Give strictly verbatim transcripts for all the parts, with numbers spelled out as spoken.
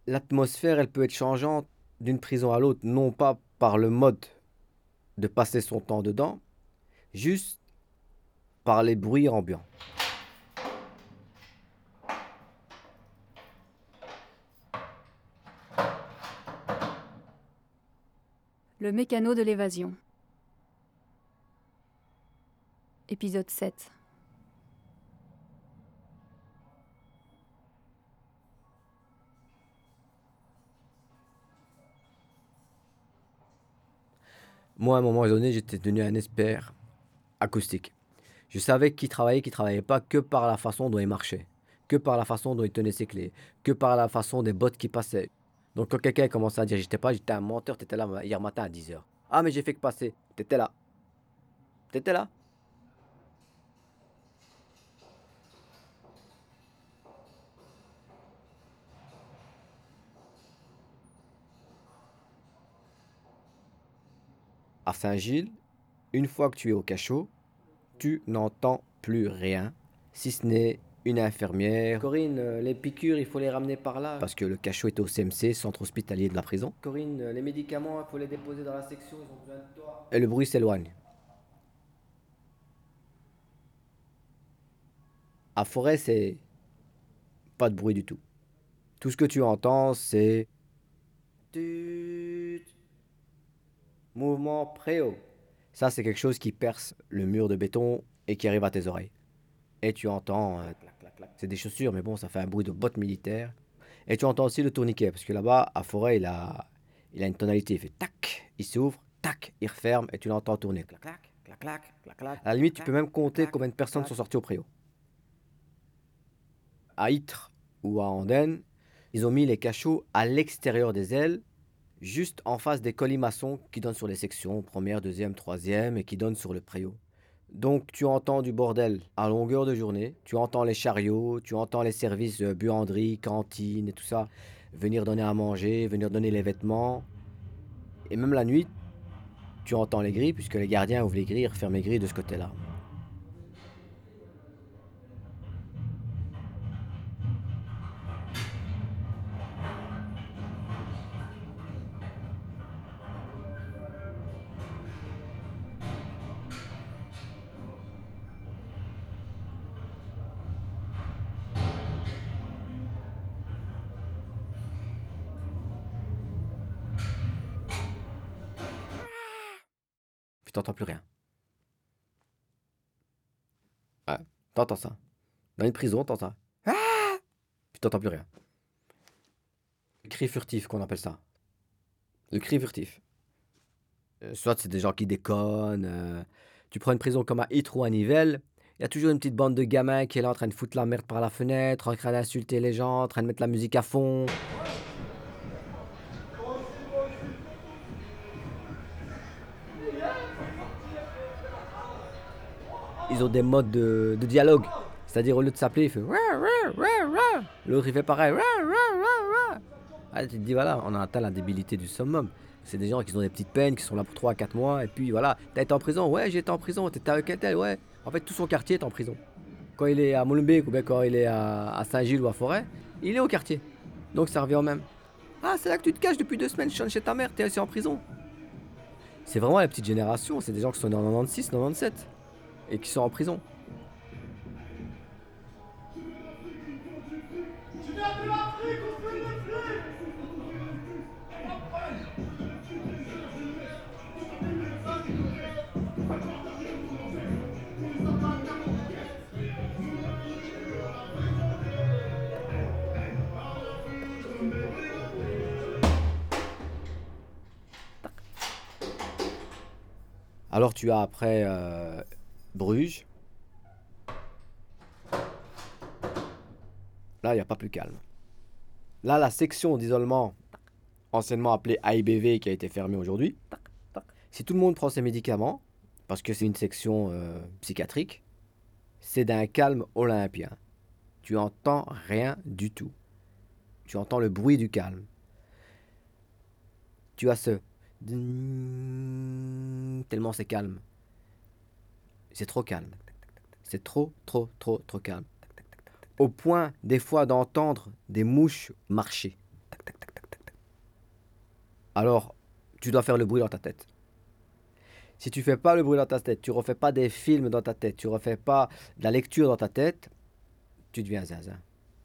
L'atmosphère, elle peut être changeante d'une prison à l'autre, non pas par le mode de passer son temps dedans, juste par les bruits ambiants. Le mécano de l'évasion. Épisode sept. Moi, à un moment donné, j'étais devenu un expert acoustique. Je savais qui travaillait, qui travaillait pas que par la façon dont il marchait, que par la façon dont il tenait ses clés, que par la façon des bottes qui passaient. Donc quand quelqu'un commençait à dire j'étais pas, j'étais un menteur, t'étais là hier matin à dix heures. Ah mais j'ai fait que passer, t'étais là, t'étais là. À Saint-Gilles, une fois que tu es au cachot, tu n'entends plus rien, si ce n'est une infirmière. Corinne, euh, les piqûres, il faut les ramener par là. Parce que le cachot est au C M C, centre hospitalier de la prison. Corinne, euh, les médicaments, il faut les déposer dans la section, ils ont besoin de toi. Et le bruit s'éloigne. À Forêt, c'est pas de bruit du tout. Tout ce que tu entends, c'est tut, mouvement préau. Ça, c'est quelque chose qui perce le mur de béton et qui arrive à tes oreilles. Et tu entends, euh, clac, clac, clac. C'est des chaussures, mais bon, ça fait un bruit de botte militaire. Et tu entends aussi le tourniquet, parce que là-bas, à Forêt, il a, il a une tonalité. Il fait tac, il s'ouvre, tac, il referme, et tu l'entends tourner. Clac, clac, clac, clac, clac, clac. À la limite, tu peux même compter combien de personnes sont sorties au préau. À Ytre ou à Andenne, ils ont mis les cachots à l'extérieur des ailes, juste en face des colimaçons qui donnent sur les sections, première, deuxième, troisième, et qui donnent sur le préau. Donc tu entends du bordel à longueur de journée, tu entends les chariots, tu entends les services de buanderie, cantine et tout ça, venir donner à manger, venir donner les vêtements. Et même la nuit, tu entends les grilles, puisque les gardiens ouvrent les grilles et referment les grilles de ce côté-là. Tu t'entends plus rien. Ouais, t'entends ça. Dans une prison, t'entends ça. Tu t'entends plus rien. Le cri furtif qu'on appelle ça. Le cri furtif. Euh, soit c'est des gens qui déconnent. euh, Tu prends une prison comme à Ytre ou à Nivelles, il y a toujours une petite bande de gamins qui est là en train de foutre la merde par la fenêtre, en train d'insulter les gens, en train de mettre la musique à fond. Ils ont des modes de, de dialogue. C'est-à-dire, au lieu de s'appeler, il fait Wah, wah, wah, wah. L'autre, il fait pareil. Wah, wah, wah, wah. Ah, tu te dis, voilà, on a atteint la débilité du summum. C'est des gens qui ont des petites peines, qui sont là pour trois à quatre mois, et puis voilà. T'as été en prison? Ouais, j'ai été en prison. T'étais avec un tel? Ouais. En fait, tout son quartier est en prison. Quand il est à Molenbeek ou bien quand il est à, à Saint-Gilles ou à Forêt, il est au quartier. Donc ça revient au même. Ah, c'est là que tu te caches depuis deux semaines, je suis chez ta mère, t'es aussi en prison. C'est vraiment la petite génération, c'est des gens qui sont nés en quatre-vingt-seize, quatre-vingt-dix-sept et qui sont en prison. Alors tu as après euh, Bruges. Là, il n'y a pas plus calme. Là, la section d'isolement, anciennement appelée A I B V, qui a été fermée aujourd'hui, si tout le monde prend ses médicaments, parce que c'est une section euh, psychiatrique, c'est d'un calme olympien. Tu entends rien du tout. Tu entends le bruit du calme. Tu as ce... Tellement c'est calme. C'est trop calme. C'est trop, trop, trop, trop calme. Au point, des fois, d'entendre des mouches marcher. alors tu dois faire le bruit dans ta tête. Si tu fais pas le bruit dans ta tête, tu refais pas des films dans ta tête, tu refais pas de la lecture dans ta tête, tu deviens zinzin.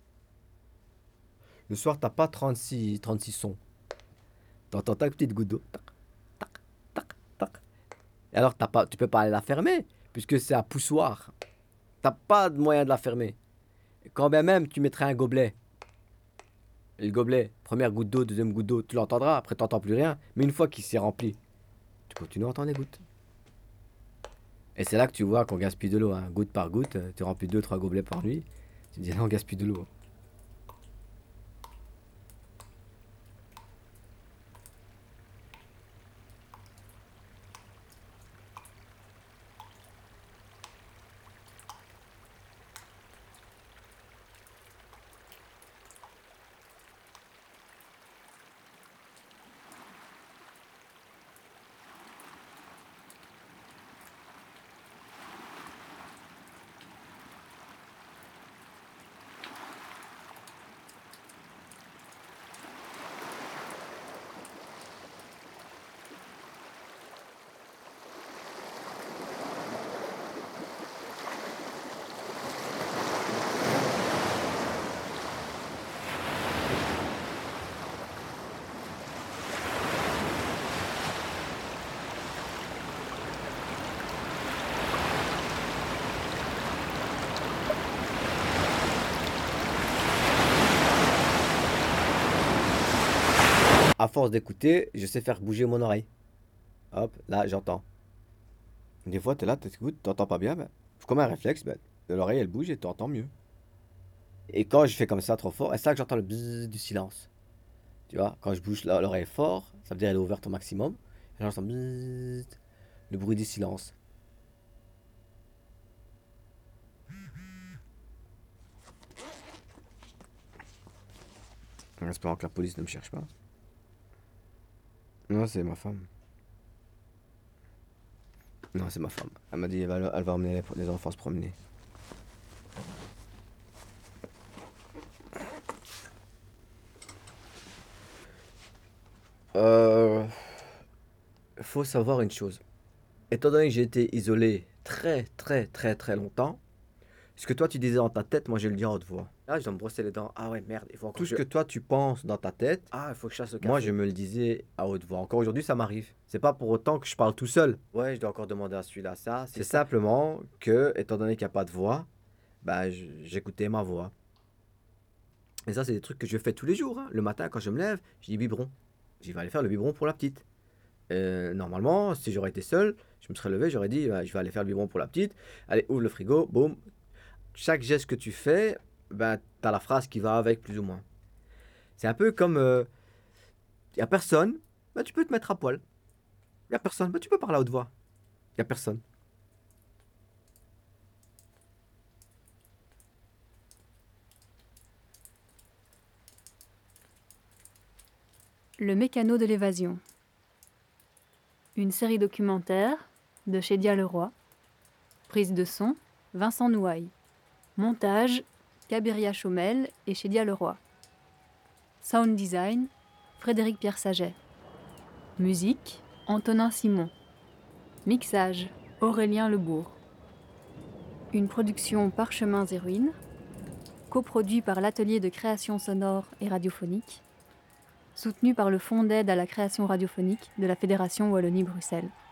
Le soir, t'as pas trente-six, trente-six sons. T'entends ta petite goutte d'eau. Tac, tac, tac, tac. Et alors, t'as pas, tu peux pas aller la fermer, puisque c'est un poussoir. T'as pas de moyen de la fermer. Et quand bien même, tu mettrais un gobelet. Et le gobelet, première goutte d'eau, deuxième goutte d'eau, tu l'entendras, après t'entends plus rien. Mais une fois qu'il s'est rempli, tu continues à entendre les gouttes. Et c'est là que tu vois qu'on gaspille de l'eau, hein. Goutte par goutte, tu remplis deux trois gobelets par nuit. Tu te dis là, on gaspille de l'eau. À force d'écouter, je sais faire bouger mon oreille. Hop, là, j'entends. Des fois, tu es là, tu écoutes, tu n'entends pas bien. Ben, comme un réflexe, ben, l'oreille, elle bouge et tu entends mieux. Et quand je fais comme ça trop fort, c'est ça que j'entends le bzzz du silence. Tu vois, quand je bouge l'oreille fort, ça veut dire elle est ouverte au maximum. Et là, j'entends bzzz, le bruit du silence. En espérant que la police ne me cherche pas. Non, c'est ma femme. Non, c'est ma femme. Elle m'a dit elle va, elle va emmener les, les enfants se promener. Euh... Faut savoir une chose. Étant donné que j'ai été isolé très très très très longtemps, ce que toi tu disais dans ta tête, moi je le dis en haute voix. Là, je dois me brosser les dents. Ah ouais, merde, il faut encore. Tout ce que toi tu penses dans ta tête, ah, il faut que je chasse le café. Moi, je me le disais à haute voix. Encore aujourd'hui, ça m'arrive. C'est pas pour autant que je parle tout seul. Ouais, je dois encore demander à celui-là ça. C'est simplement que, étant donné qu'il n'y a pas de voix, bah, j'écoutais ma voix. Et ça, c'est des trucs que je fais tous les jours, hein. Le matin, quand je me lève, je dis biberon. Je vais aller faire le biberon pour la petite. Euh, normalement, si j'aurais été seul, je me serais levé, j'aurais dit, bah, je vais aller faire le biberon pour la petite. Allez, ouvre le frigo, boum. Chaque geste que tu fais, ben, t'as la phrase qui va avec, plus ou moins. C'est un peu comme, il euh, n'y a personne, ben, tu peux te mettre à poil. Il n'y a personne, ben, tu peux parler à haute voix. Il n'y a personne. Le mécano de l'évasion. Une série documentaire de Chédia Leroy. Prise de son, Vincent Nouaille. Montage, Cabiria Chaumel et Chédia Leroy. Sound design, Frédéric Pierre Saget. Musique, Antonin Simon. Mixage, Aurélien Lebourg. Une production Parchemins et Ruines, coproduit par l'Atelier de création sonore et radiophonique, soutenu par le Fonds d'aide à la création radiophonique de la Fédération Wallonie-Bruxelles.